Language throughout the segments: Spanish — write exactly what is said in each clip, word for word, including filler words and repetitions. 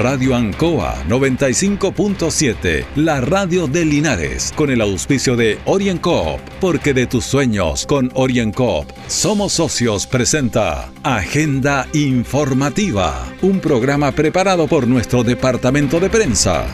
Radio Ancoa noventa y cinco punto siete, la radio de Linares, con el auspicio de OrienCoop, porque de tus sueños con OrienCoop somos socios, presenta Agenda Informativa, un programa preparado por nuestro departamento de prensa.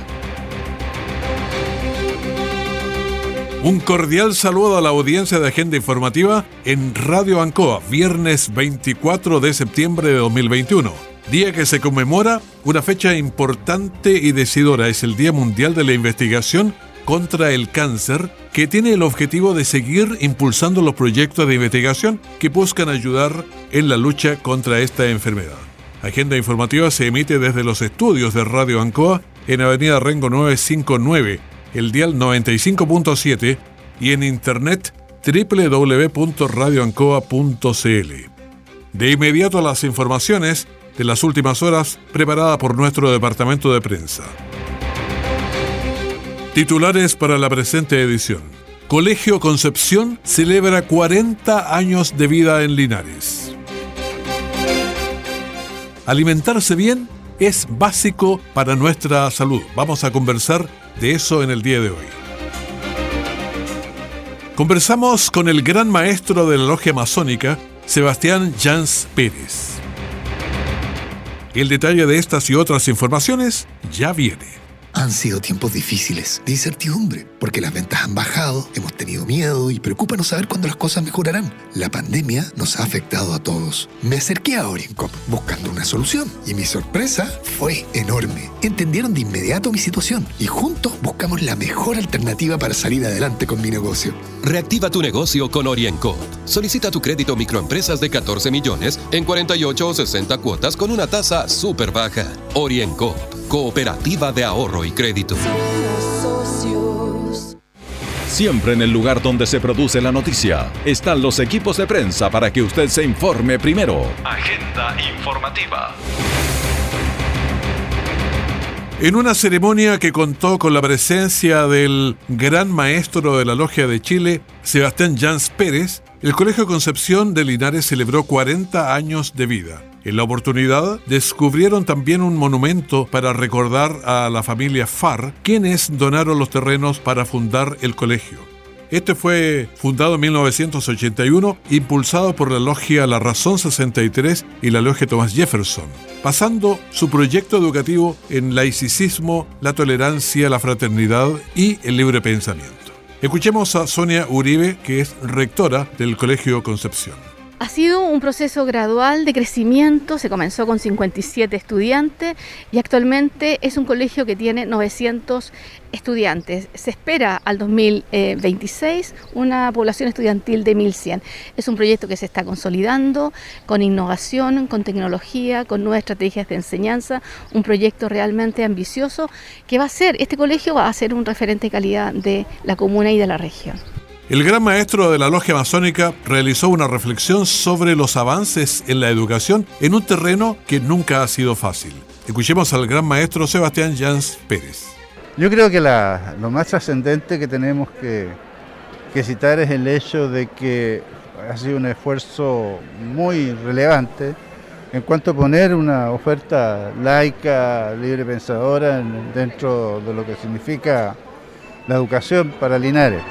Un cordial saludo a la audiencia de Agenda Informativa en Radio Ancoa, viernes veinticuatro de septiembre de dos mil veintiuno. Día que se conmemora una fecha importante y decidora. Es el Día Mundial de la Investigación contra el Cáncer, que tiene el objetivo de seguir impulsando los proyectos de investigación que buscan ayudar en la lucha contra esta enfermedad. Agenda Informativa se emite desde los estudios de Radio Ancoa en Avenida Rengo novecientos cincuenta y nueve, el dial noventa y cinco punto siete y en internet doble u doble u doble u punto radio ancoa punto c l. De inmediato a las informaciones de las últimas horas preparadas por nuestro departamento de prensa. Titulares para la presente edición. Colegio Concepción celebra cuarenta años de vida en Linares. Alimentarse bien es básico para nuestra salud. Vamos a conversar de eso en el día de hoy. Conversamos con el gran maestro de la logia masónica, Sebastián Jans Pérez. El detalle de estas y otras informaciones ya viene. Han sido tiempos difíciles, de incertidumbre, porque las ventas han bajado, hemos tenido miedo y preocupa no saber cuándo las cosas mejorarán. La pandemia nos ha afectado a todos. Me acerqué a OrienCoop buscando una solución y mi sorpresa fue enorme. Entendieron de inmediato mi situación y juntos buscamos la mejor alternativa para salir adelante con mi negocio. Reactiva tu negocio con OrienCoop. Solicita tu crédito microempresas de catorce millones en cuarenta y ocho o sesenta cuotas con una tasa súper baja. OrienCoop, cooperativa de ahorro y crédito. Siempre en el lugar donde se produce la noticia están los equipos de prensa para que usted se informe primero. Agenda Informativa. En una ceremonia que contó con la presencia del gran maestro de la Logia de Chile, Sebastián Jans Pérez, el Colegio Concepción de Linares celebró cuarenta años de vida. En la oportunidad, descubrieron también un monumento para recordar a la familia Farr, quienes donaron los terrenos para fundar el colegio. Este fue fundado en mil novecientos ochenta y uno, impulsado por la Logia La Razón sesenta y tres y la Logia Thomas Jefferson, basando su proyecto educativo en laicismo, la tolerancia, la fraternidad y el libre pensamiento. Escuchemos a Sonia Uribe, que es rectora del Colegio Concepción. Ha sido un proceso gradual de crecimiento, se comenzó con cincuenta y siete estudiantes y actualmente es un colegio que tiene novecientos estudiantes. Se espera al dos mil veintiséis una población estudiantil de mil cien. Es un proyecto que se está consolidando con innovación, con tecnología, con nuevas estrategias de enseñanza, un proyecto realmente ambicioso que va a ser, este colegio va a ser un referente de calidad de la comuna y de la región. El gran maestro de la Logia Masónica realizó una reflexión sobre los avances en la educación en un terreno que nunca ha sido fácil. Escuchemos al gran maestro Sebastián Jans Pérez. Yo creo que la, lo más trascendente que tenemos que, que citar es el hecho de que ha sido un esfuerzo muy relevante en cuanto a poner una oferta laica, libre pensadora en, dentro de lo que significa la educación para Linares.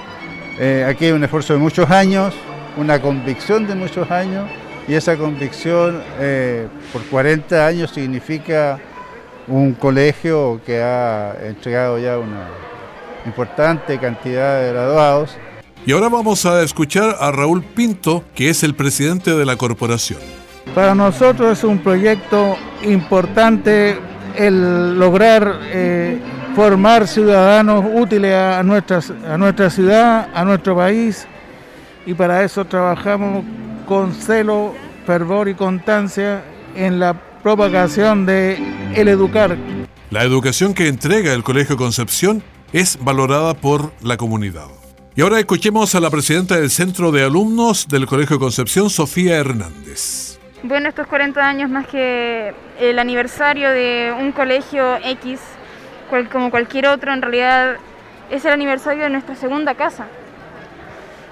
Eh, aquí hay un esfuerzo de muchos años, una convicción de muchos años, y esa convicción eh, por cuarenta años significa un colegio que ha entregado ya una importante cantidad de graduados. Y ahora vamos a escuchar a Raúl Pinto, que es el presidente de la corporación. Para nosotros es un proyecto importante el lograr eh, formar ciudadanos útiles a nuestra, a nuestra ciudad, a nuestro país, y para eso trabajamos con celo, fervor y constancia en la propagación de el educar. La educación que entrega el Colegio Concepción es valorada por la comunidad. Y ahora escuchemos a la presidenta del Centro de Alumnos del Colegio Concepción, Sofía Hernández. Bueno, estos cuarenta años más que el aniversario de un colegio X, cual, como cualquier otro, en realidad es el aniversario de nuestra segunda casa.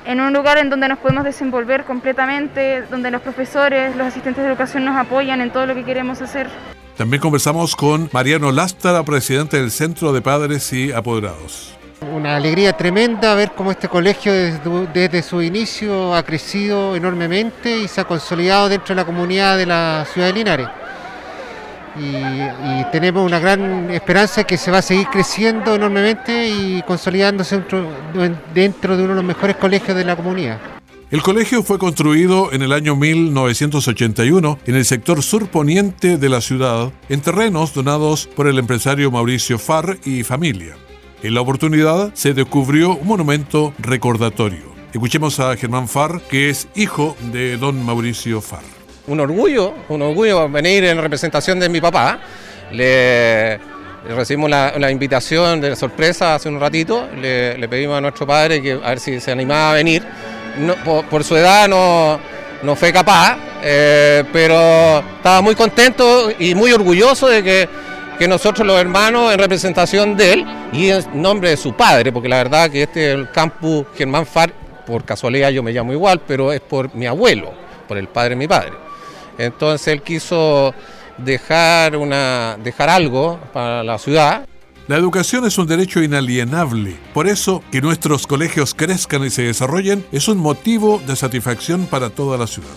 en un lugar en donde nos podemos desenvolver completamente, donde los profesores, los asistentes de educación nos apoyan en todo lo que queremos hacer. También conversamos con Mariano Lástara, presidente del Centro de Padres y Apoderados. Una alegría tremenda ver cómo este colegio desde, desde su inicio ha crecido enormemente y se ha consolidado dentro de la comunidad de la ciudad de Linares. Y, y tenemos una gran esperanza que se va a seguir creciendo enormemente y consolidándose dentro, dentro de uno de los mejores colegios de la comunidad. El colegio fue construido en el año mil novecientos ochenta y uno en el sector surponiente de la ciudad, en terrenos donados por el empresario Mauricio Farr y familia. En la oportunidad se descubrió un monumento recordatorio. Escuchemos a Germán Farr, que es hijo de don Mauricio Farr. Un orgullo, un orgullo venir en representación de mi papá. Le, le recibimos la, la invitación de sorpresa hace un ratito. Le, le pedimos a nuestro padre que a ver si se animaba a venir. No, por, por su edad no, no fue capaz, eh, pero estaba muy contento y muy orgulloso de que, que nosotros los hermanos, en representación de él y en nombre de su padre, porque la verdad que este es el campus Germán Farr, por casualidad yo me llamo igual, pero es por mi abuelo, por el padre de mi padre. Entonces él quiso dejar, una, dejar algo para la ciudad. La educación es un derecho inalienable. Por eso, que nuestros colegios crezcan y se desarrollen es un motivo de satisfacción para toda la ciudad.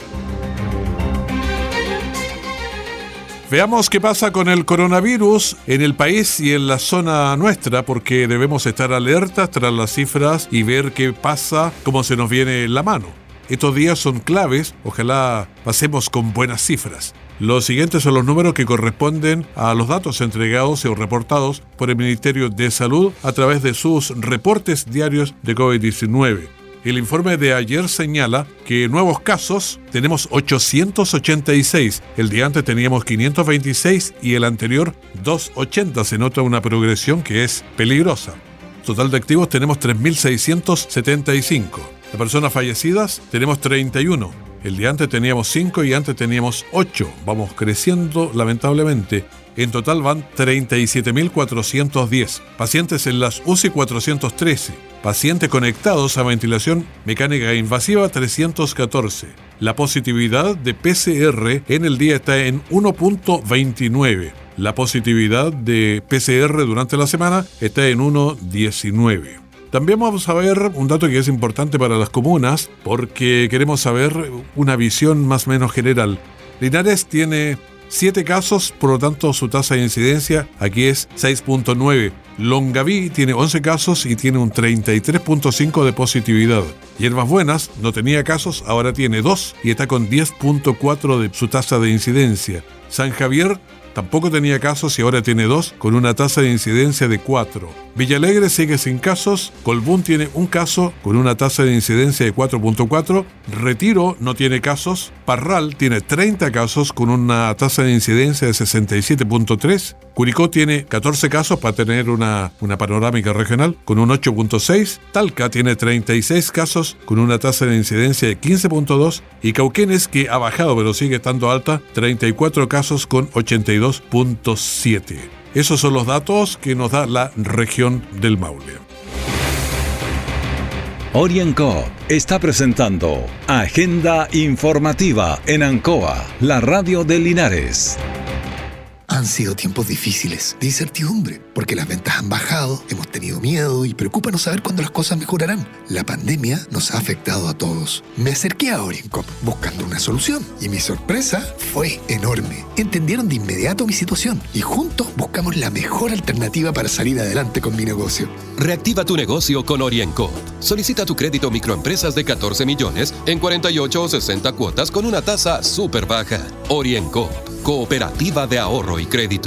Veamos qué pasa con el coronavirus en el país y en la zona nuestra, porque debemos estar alertas tras las cifras y ver qué pasa, cómo se nos viene en la mano. Estos días son claves, ojalá pasemos con buenas cifras. Los siguientes son los números que corresponden a los datos entregados o reportados por el Ministerio de Salud a través de sus reportes diarios de COVID diecinueve. El informe de ayer señala que nuevos casos tenemos ochocientos ochenta y seis, el día antes teníamos quinientos veintiséis y el anterior doscientos ochenta. Se nota una progresión que es peligrosa. Total de activos tenemos tres mil seiscientos setenta y cinco. De personas fallecidas tenemos treinta y uno. El día antes teníamos cinco y antes teníamos ocho. Vamos creciendo lamentablemente. En total van treinta y siete mil cuatrocientos diez. Pacientes en las U C I cuatrocientos trece. Pacientes conectados a ventilación mecánica invasiva trescientos catorce. La positividad de P C R en el día está en uno punto veintinueve. La positividad de P C R durante la semana está en uno punto diecinueve. También vamos a ver un dato que es importante para las comunas porque queremos saber una visión más o menos general. Linares tiene siete casos, por lo tanto su tasa de incidencia aquí es seis punto nueve. Longaví tiene once casos y tiene un treinta y tres punto cinco de positividad. Hierbas Buenas no tenía casos, ahora tiene dos y está con diez punto cuatro de su tasa de incidencia. San Javier tampoco tenía casos y ahora tiene dos, con una tasa de incidencia de cuatro. Villalegre sigue sin casos, Colbún tiene un caso con una tasa de incidencia de cuatro punto cuatro, Retiro no tiene casos, Parral tiene treinta casos con una tasa de incidencia de sesenta y siete punto tres, Curicó tiene catorce casos para tener una, una panorámica regional con un ocho punto seis, Talca tiene treinta y seis casos con una tasa de incidencia de quince punto dos y Cauquenes, que ha bajado pero sigue estando alta, treinta y cuatro casos con ochenta y dos punto siete. Esos son los datos que nos da la región del Maule. OrienCoop está presentando Agenda Informativa en Ancoa, la radio de Linares. Han sido tiempos difíciles, de incertidumbre, porque las ventas han bajado, hemos tenido miedo y preocupa no saber cuándo las cosas mejorarán. La pandemia nos ha afectado a todos. Me acerqué a OrienCoop buscando una solución y mi sorpresa fue enorme. Entendieron de inmediato mi situación y juntos buscamos la mejor alternativa para salir adelante con mi negocio. Reactiva tu negocio con OrienCoop. Solicita tu crédito microempresas de catorce millones en cuarenta y ocho o sesenta cuotas con una tasa súper baja. OrienCoop, cooperativa de ahorro y crédito.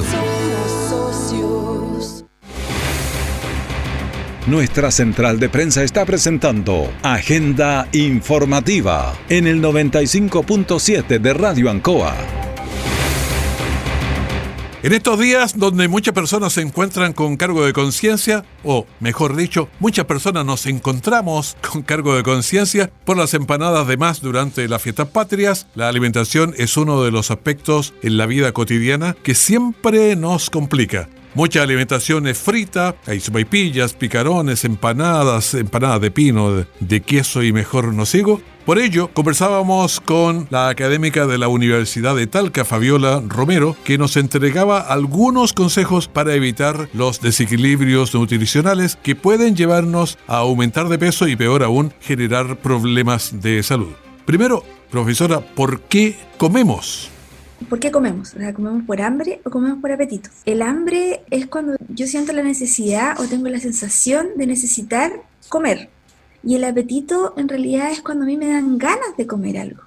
Nuestra central de prensa está presentando Agenda Informativa en el noventa y cinco punto siete de Radio Ancoa. En estos días donde muchas personas se encuentran con cargo de conciencia, o mejor dicho, muchas personas nos encontramos con cargo de conciencia por las empanadas de más durante las fiestas patrias, la alimentación es uno de los aspectos en la vida cotidiana que siempre nos complica. Mucha alimentación es frita, hay sopaipillas, picarones, empanadas, empanadas de pino, de, de queso y mejor no sigo. Por ello, conversábamos con la académica de la Universidad de Talca, Fabiola Romero, que nos entregaba algunos consejos para evitar los desequilibrios nutricionales que pueden llevarnos a aumentar de peso y, peor aún, generar problemas de salud. Primero, profesora, ¿por qué comemos? ¿Por qué comemos? O sea, ¿comemos por hambre o comemos por apetito? El hambre es cuando yo siento la necesidad o tengo la sensación de necesitar comer. Y el apetito en realidad es cuando a mí me dan ganas de comer algo.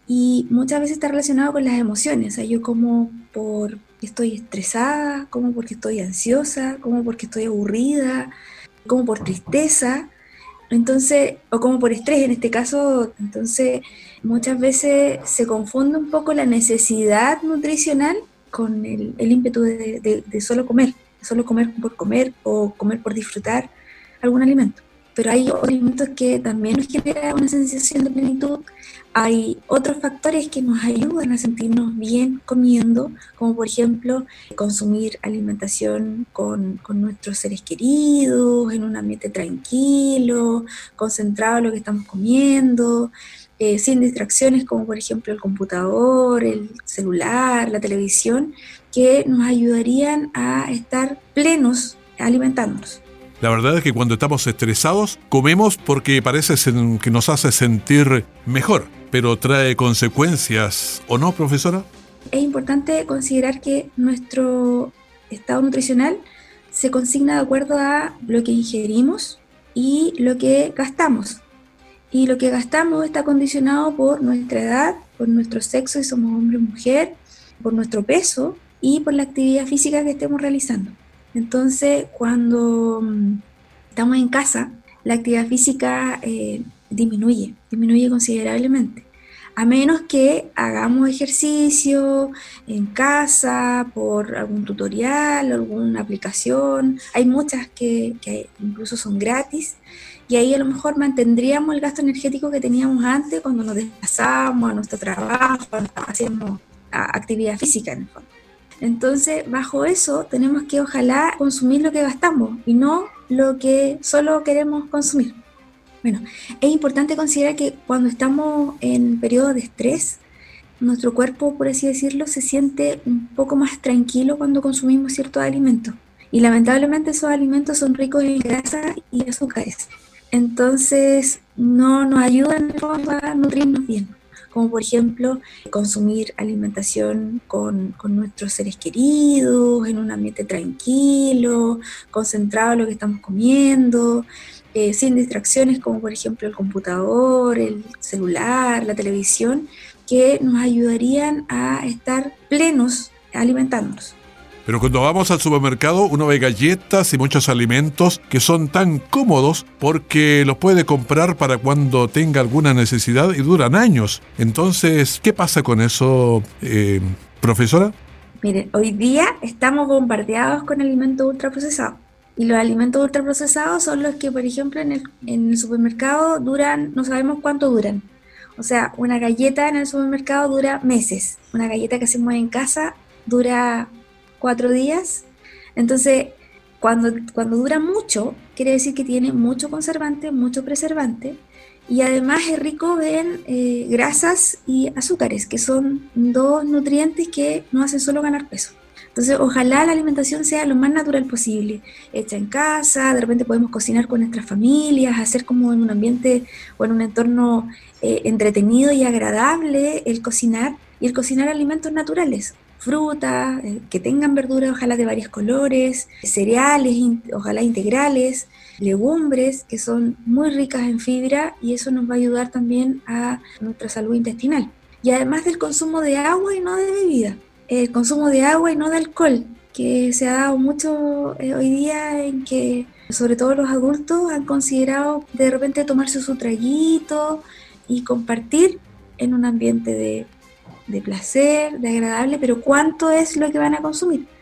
Y muchas veces está relacionado con las emociones. O sea, yo como porque estoy estresada, como porque estoy ansiosa, como porque estoy aburrida, como por tristeza. Entonces, o como por estrés en este caso, entonces muchas veces se confunde un poco la necesidad nutricional con el, el ímpetu de, de, de solo comer, de solo comer por comer o comer por disfrutar algún alimento. Pero hay otros alimentos que también nos generan una sensación de plenitud. Hay otros factores que nos ayudan a sentirnos bien comiendo, como por ejemplo consumir alimentación con, con nuestros seres queridos, en un ambiente tranquilo, concentrado en lo que estamos comiendo, eh, sin distracciones como por ejemplo el computador, el celular, la televisión, que nos ayudarían a estar plenos alimentándonos. La verdad es que cuando estamos estresados, comemos porque parece que nos hace sentir mejor, pero trae consecuencias, ¿o no, profesora? Es importante considerar que nuestro estado nutricional se consigna de acuerdo a lo que ingerimos y lo que gastamos. Y lo que gastamos está condicionado por nuestra edad, por nuestro sexo, si somos hombre o mujer, por nuestro peso y por la actividad física que estemos realizando. Entonces, cuando estamos en casa, la actividad física eh, disminuye, disminuye considerablemente. A menos que hagamos ejercicio en casa, por algún tutorial, alguna aplicación. Hay muchas que, que incluso son gratis. Y ahí a lo mejor mantendríamos el gasto energético que teníamos antes cuando nos desplazábamos a nuestro trabajo, cuando hacíamos actividad física en el fondo. Entonces, bajo eso, tenemos que ojalá consumir lo que gastamos y no lo que solo queremos consumir. Bueno, es importante considerar que cuando estamos en periodo de estrés, nuestro cuerpo, por así decirlo, se siente un poco más tranquilo cuando consumimos ciertos alimentos. Y lamentablemente esos alimentos son ricos en grasa y azúcares. Entonces, no nos ayudan a nutrirnos bien. Como por ejemplo consumir alimentación con, con nuestros seres queridos, en un ambiente tranquilo, concentrado en lo que estamos comiendo, eh, sin distracciones como por ejemplo el computador, el celular, la televisión, que nos ayudarían a estar plenos alimentándonos. Pero cuando vamos al supermercado uno ve galletas y muchos alimentos que son tan cómodos porque los puede comprar para cuando tenga alguna necesidad y duran años. Entonces, ¿qué pasa con eso, eh, profesora? Miren, hoy día estamos bombardeados con alimentos ultraprocesados. Y los alimentos ultraprocesados son los que, por ejemplo, en el, en el supermercado duran, no sabemos cuánto duran. O sea, una galleta en el supermercado dura meses. Una galleta que hacemos en casa dura cuatro días. Entonces, cuando, cuando dura mucho, quiere decir que tiene mucho conservante, mucho preservante, y además es rico en eh, grasas y azúcares, que son dos nutrientes que nos hacen solo ganar peso. Entonces, ojalá la alimentación sea lo más natural posible, hecha en casa. De repente podemos cocinar con nuestras familias, hacer como en un ambiente o en un entorno eh, entretenido y agradable el cocinar, y el cocinar alimentos naturales. Frutas, eh, que tengan verduras, ojalá de varios colores, cereales, in, ojalá integrales, legumbres, que son muy ricas en fibra, y eso nos va a ayudar también a nuestra salud intestinal. Y además del consumo de agua y no de bebida, el consumo de agua y no de alcohol, que se ha dado mucho eh, hoy día en que, sobre todo los adultos, han considerado de repente tomarse su traguito y compartir en un ambiente de de placer, de agradable, pero ¿cuánto es lo que van a consumir?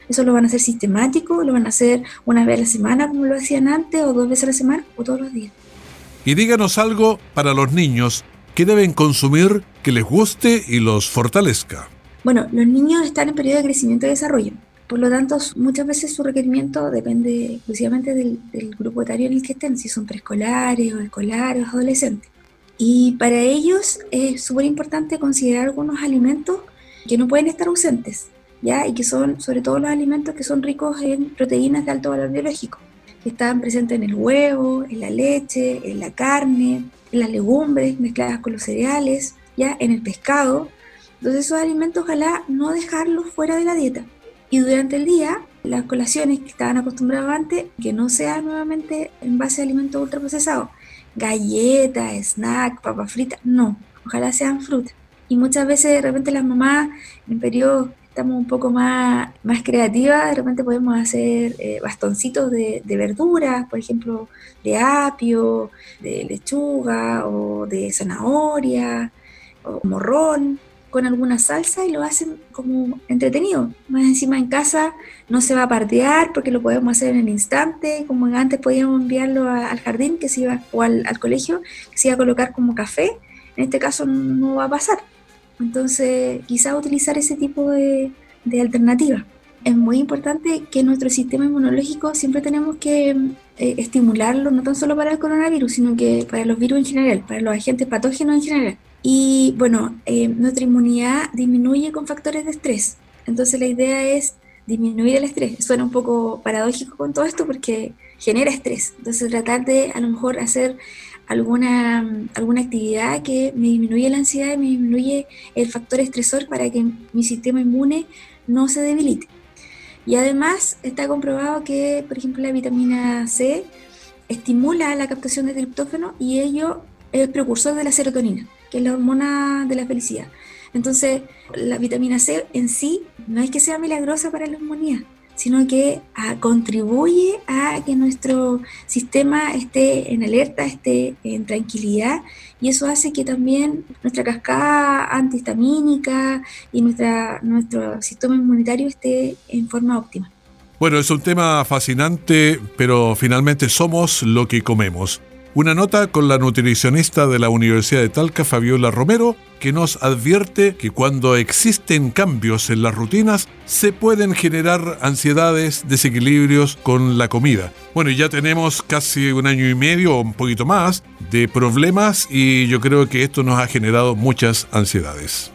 Eso lo van a hacer sistemático, lo van a hacer una vez a la semana como lo hacían antes, o dos veces a la semana, o todos los días. Y díganos algo para los niños que deben consumir que les guste y los fortalezca. Bueno, los niños están en periodo de crecimiento y desarrollo. Por lo tanto, muchas veces su requerimiento depende exclusivamente del, del grupo etario en el que estén, si son preescolares o escolares o adolescentes. Y para ellos es súper importante considerar algunos alimentos que no pueden estar ausentes, ¿ya? Y que son sobre todo los alimentos que son ricos en proteínas de alto valor biológico, que están presentes en el huevo, en la leche, en la carne, en las legumbres mezcladas con los cereales, ya en el pescado. Entonces esos alimentos ojalá no dejarlos fuera de la dieta. Y durante el día, las colaciones que estaban acostumbrados antes, que no sean nuevamente en base a alimentos ultraprocesados, galletas, snacks, papas fritas, no, ojalá sean frutas. Y muchas veces de repente las mamás en periodos estamos un poco más, más creativas, de repente podemos hacer eh, bastoncitos de, de verduras, por ejemplo, de apio, de lechuga o de zanahoria o morrón, con alguna salsa, y lo hacen como entretenido. Más encima en casa no se va a partear porque lo podemos hacer en el instante, como antes podíamos enviarlo a, al jardín que se iba, o al, al colegio que se iba a colocar como café. En este caso no va a pasar. Entonces quizá utilizar ese tipo de, de alternativa. Es muy importante que nuestro sistema inmunológico siempre tenemos que eh, estimularlo, no tan solo para el coronavirus, sino que para los virus en general, para los agentes patógenos en general. Y bueno, eh, nuestra inmunidad disminuye con factores de estrés. Entonces la idea es disminuir el estrés. Suena un poco paradójico con todo esto porque genera estrés. Entonces tratar de a lo mejor hacer alguna, alguna actividad que me disminuye la ansiedad y me disminuye el factor estresor para que mi sistema inmune no se debilite. Y además está comprobado que, por ejemplo, la vitamina C estimula la captación de triptófano y ello es precursor de la serotonina, que es la hormona de la felicidad. Entonces, la vitamina C en sí no es que sea milagrosa para la inmunidad, sino que a, contribuye a que nuestro sistema esté en alerta, esté en tranquilidad, y eso hace que también nuestra cascada antihistamínica y nuestra, nuestro sistema inmunitario esté en forma óptima. Bueno, es un tema fascinante, pero finalmente somos lo que comemos. Una nota con la nutricionista de la Universidad de Talca, Fabiola Romero, que nos advierte que cuando existen cambios en las rutinas, se pueden generar ansiedades, desequilibrios con la comida. Bueno, y ya tenemos casi un año y medio o un poquito más de problemas y yo creo que esto nos ha generado muchas ansiedades.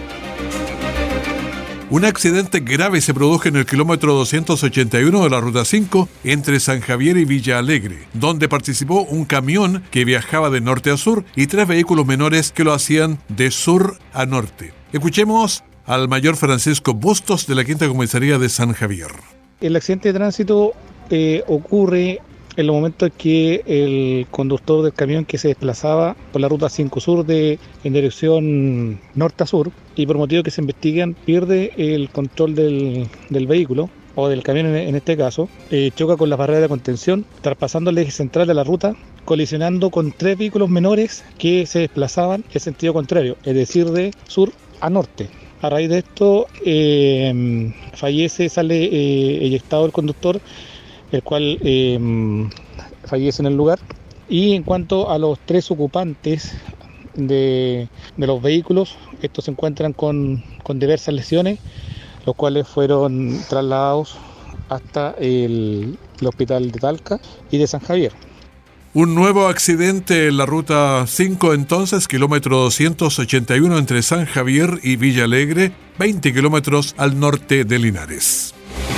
Un accidente grave se produjo en el kilómetro doscientos ochenta y uno de la Ruta cinco entre San Javier y Villa Alegre, donde participó un camión que viajaba de norte a sur y tres vehículos menores que lo hacían de sur a norte. Escuchemos al mayor Francisco Bustos de la Quinta Comisaría de San Javier. El accidente de tránsito eh, ocurre en los momentos que el conductor del camión que se desplazaba por la Ruta cinco Sur de, en dirección norte a sur, y por motivos que se investigan pierde el control del, del vehículo o del camión en, en este caso, eh, choca con las barreras de contención, traspasando el eje central de la ruta, colisionando con tres vehículos menores que se desplazaban en sentido contrario, es decir, de sur a norte. A raíz de esto eh, fallece, sale eh, eyectado el conductor, el cual eh, fallece en el lugar. Y en cuanto a los tres ocupantes de, de los vehículos, estos se encuentran con, con diversas lesiones, los cuales fueron trasladados hasta el, el hospital de Talca y de San Javier. Un nuevo accidente en la Ruta cinco entonces, kilómetro doscientos ochenta y uno entre San Javier y Villa Alegre, veinte kilómetros al norte de Linares.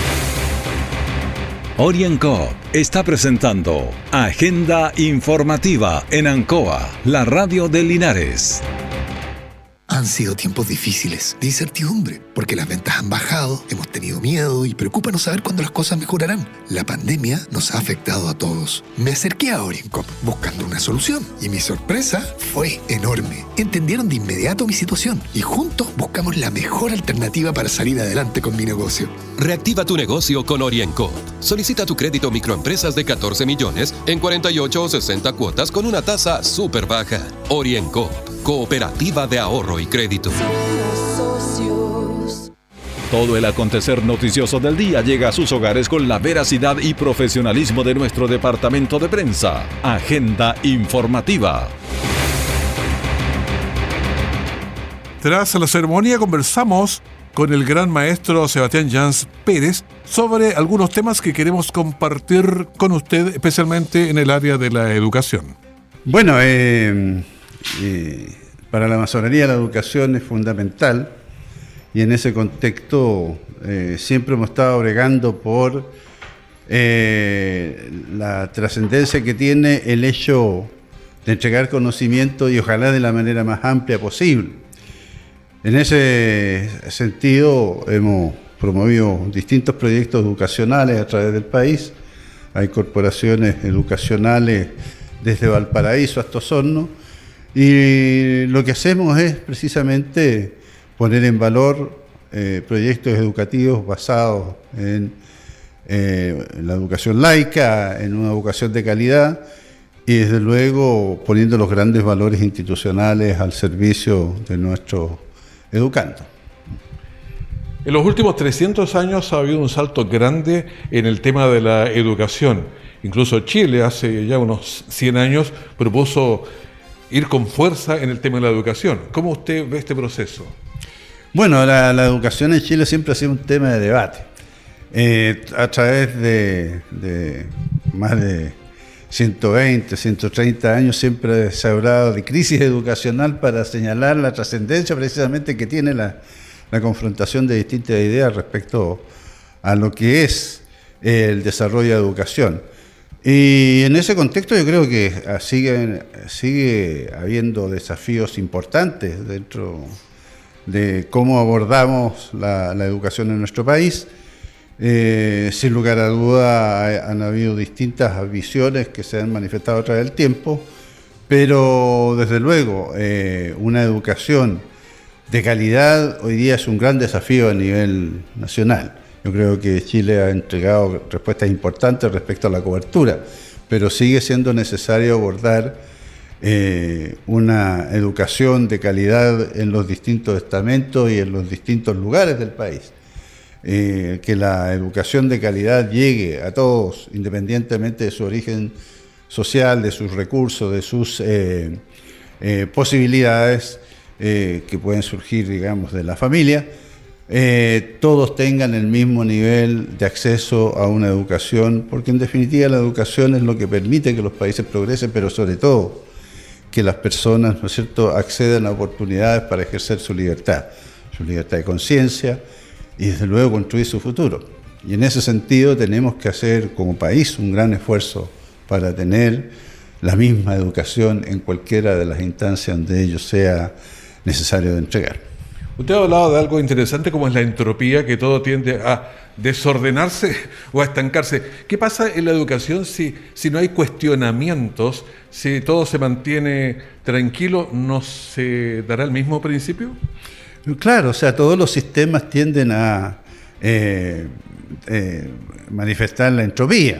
OrienCoop está presentando Agenda Informativa en Ancoa, la radio de Linares. Han sido tiempos difíciles, de incertidumbre, porque las ventas han bajado, hemos tenido miedo y preocupa no saber cuándo las cosas mejorarán. La pandemia nos ha afectado a todos. Me acerqué a OrienCoop buscando una solución y mi sorpresa fue enorme. Entendieron de inmediato mi situación y juntos buscamos la mejor alternativa para salir adelante con mi negocio. Reactiva tu negocio con OrienCoop. Solicita tu crédito microempresas de catorce millones en cuarenta y ocho o sesenta cuotas con una tasa súper baja. OrienCoop, cooperativa de ahorro y crédito. Todo el acontecer noticioso del día llega a sus hogares con la veracidad y profesionalismo de nuestro departamento de prensa. Agenda informativa. Tras la ceremonia conversamos con el gran maestro Sebastián Jans Pérez sobre algunos temas que queremos compartir con usted, especialmente en el área de la educación. Bueno, eh, eh, para la masonería la educación es fundamental y en ese contexto eh, siempre hemos estado bregando por eh, la trascendencia que tiene el hecho de entregar conocimiento y ojalá de la manera más amplia posible. En ese sentido hemos promovido distintos proyectos educacionales a través del país. Hay corporaciones educacionales desde Valparaíso hasta Osorno y lo que hacemos es precisamente poner en valor eh, proyectos educativos basados en, eh, en la educación laica, en una educación de calidad y desde luego poniendo los grandes valores institucionales al servicio de nuestros educando. En los últimos trescientos años ha habido un salto grande en el tema de la educación. Incluso Chile hace ya unos cien años propuso ir con fuerza en el tema de la educación. ¿Cómo usted ve este proceso? Bueno, la, la educación en Chile siempre ha sido un tema de debate. Eh, a través de, de más de ciento veinte, ciento treinta años siempre se ha hablado de crisis educacional para señalar la trascendencia precisamente que tiene la, la confrontación de distintas ideas respecto a lo que es el desarrollo de educación. Y en ese contexto yo creo que sigue, sigue habiendo desafíos importantes dentro de cómo abordamos la, la educación en nuestro país. Eh, sin lugar a duda han habido distintas visiones que se han manifestado a través del tiempo, pero desde luego eh, una educación de calidad hoy día es un gran desafío a nivel nacional. Yo creo que Chile ha entregado respuestas importantes respecto a la cobertura, pero sigue siendo necesario abordar eh, una educación de calidad en los distintos estamentos y en los distintos lugares del país. Eh, que la educación de calidad llegue a todos, independientemente de su origen social, de sus recursos, de sus eh, eh, posibilidades eh, que pueden surgir, digamos, de la familia, eh, todos tengan el mismo nivel de acceso a una educación, porque en definitiva la educación es lo que permite que los países progresen, pero sobre todo que las personas, ¿no es cierto?, accedan a oportunidades para ejercer su libertad, su libertad de conciencia, y desde luego construir su futuro. Y en ese sentido tenemos que hacer como país un gran esfuerzo para tener la misma educación en cualquiera de las instancias donde ello sea necesario de entregar. Usted ha hablado de algo interesante como es la entropía, que todo tiende a desordenarse o a estancarse. ¿Qué pasa en la educación si, si no hay cuestionamientos, si todo se mantiene tranquilo? ¿No se dará el mismo principio? Claro, o sea, todos los sistemas tienden a eh, eh, manifestar la entropía.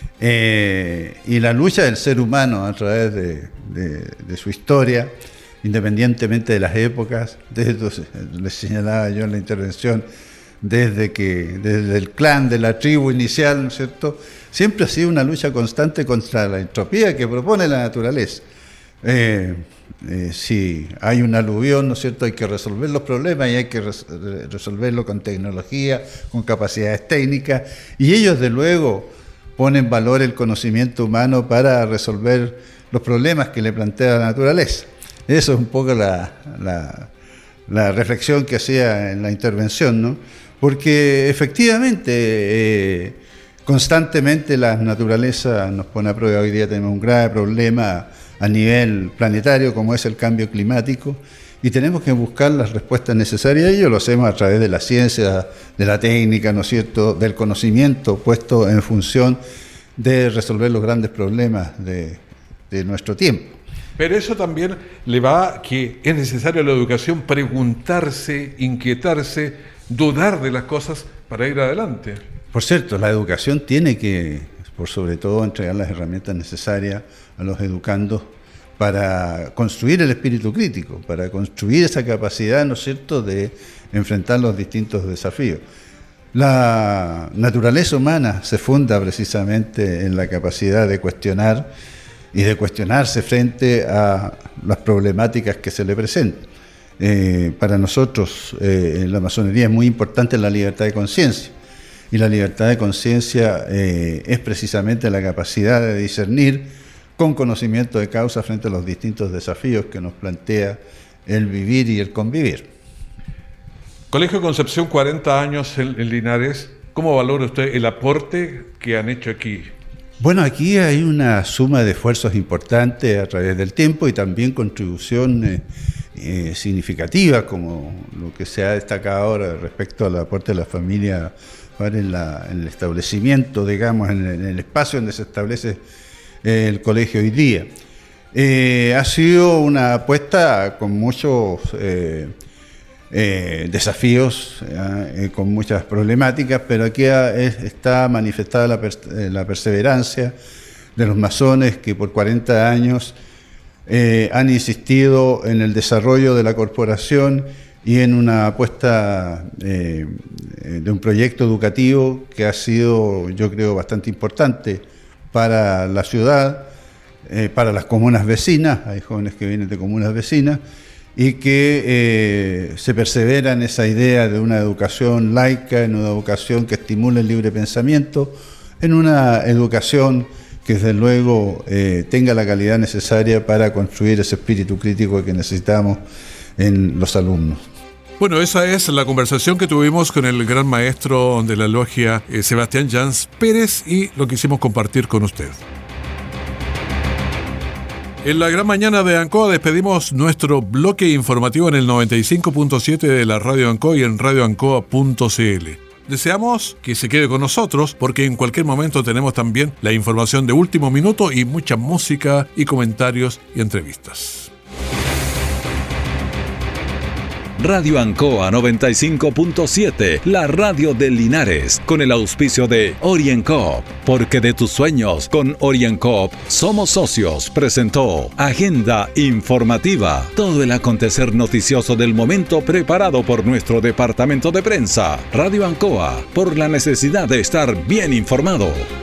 Eh, y la lucha del ser humano a través de, de, de su historia, independientemente de las épocas, desde, les señalaba yo en la intervención, desde que desde el clan de la tribu inicial, ¿no es cierto?, siempre ha sido una lucha constante contra la entropía que propone la naturaleza. Eh, eh, si hay un aluvión, ¿no es cierto?, hay que resolver los problemas y hay que res- resolverlo con tecnología, con capacidades técnicas, y ellos de luego ponen en valor el conocimiento humano para resolver los problemas que le plantea la naturaleza. Eso es un poco la, la, la reflexión que hacía en la intervención, ¿no? Porque efectivamente eh, constantemente la naturaleza nos pone a prueba. Hoy día tenemos un grave problema a nivel planetario como es el cambio climático y tenemos que buscar las respuestas necesarias. Y ello lo hacemos a través de la ciencia, de la técnica, ¿no es cierto?, del conocimiento puesto en función de resolver los grandes problemas de, de nuestro tiempo. Pero eso también le va a que es necesario la educación preguntarse, inquietarse, dudar de las cosas para ir adelante. Por cierto, la educación tiene que, por sobre todo, entregar las herramientas necesarias a los educandos para construir el espíritu crítico, para construir esa capacidad, ¿no es cierto?, de enfrentar los distintos desafíos. La naturaleza humana se funda precisamente en la capacidad de cuestionar y de cuestionarse frente a las problemáticas que se le presentan. Eh, para nosotros eh, en la masonería es muy importante la libertad de conciencia, y la libertad de conciencia eh, es precisamente la capacidad de discernir con conocimiento de causa frente a los distintos desafíos que nos plantea el vivir y el convivir. Colegio Concepción, cuarenta años en, en Linares. ¿Cómo valora usted el aporte que han hecho aquí? Bueno, aquí hay una suma de esfuerzos importantes a través del tiempo y también contribución eh, eh, significativa, como lo que se ha destacado ahora respecto al aporte de la familia en, la, en el establecimiento, digamos, en el, en el espacio donde se establece el colegio hoy día. Eh, ha sido una apuesta con muchos eh, eh, desafíos, eh, con muchas problemáticas, pero aquí ha, es, está manifestada la, pers la perseverancia de los masones que por cuarenta años eh, han insistido en el desarrollo de la corporación y en una apuesta eh, de un proyecto educativo que ha sido, yo creo, bastante importante para la ciudad, eh, para las comunas vecinas. Hay jóvenes que vienen de comunas vecinas y que eh, se persevera en esa idea de una educación laica, en una educación que estimule el libre pensamiento, en una educación que desde luego eh, tenga la calidad necesaria para construir ese espíritu crítico que necesitamos en los alumnos. Bueno, esa es la conversación que tuvimos con el gran maestro de la logia, eh, Sebastián Jans Pérez, y lo quisimos compartir con usted. En la gran mañana de Ancoa despedimos nuestro bloque informativo en el noventa y cinco punto siete de la Radio Ancoa y en radio ancoa punto c l. Deseamos que se quede con nosotros porque en cualquier momento tenemos también la información de último minuto y mucha música y comentarios y entrevistas. Radio Ancoa noventa y cinco punto siete, la radio de Linares, con el auspicio de OrienCoop, porque de tus sueños con OrienCoop somos socios, presentó Agenda Informativa, todo el acontecer noticioso del momento preparado por nuestro departamento de prensa. Radio Ancoa, por la necesidad de estar bien informado.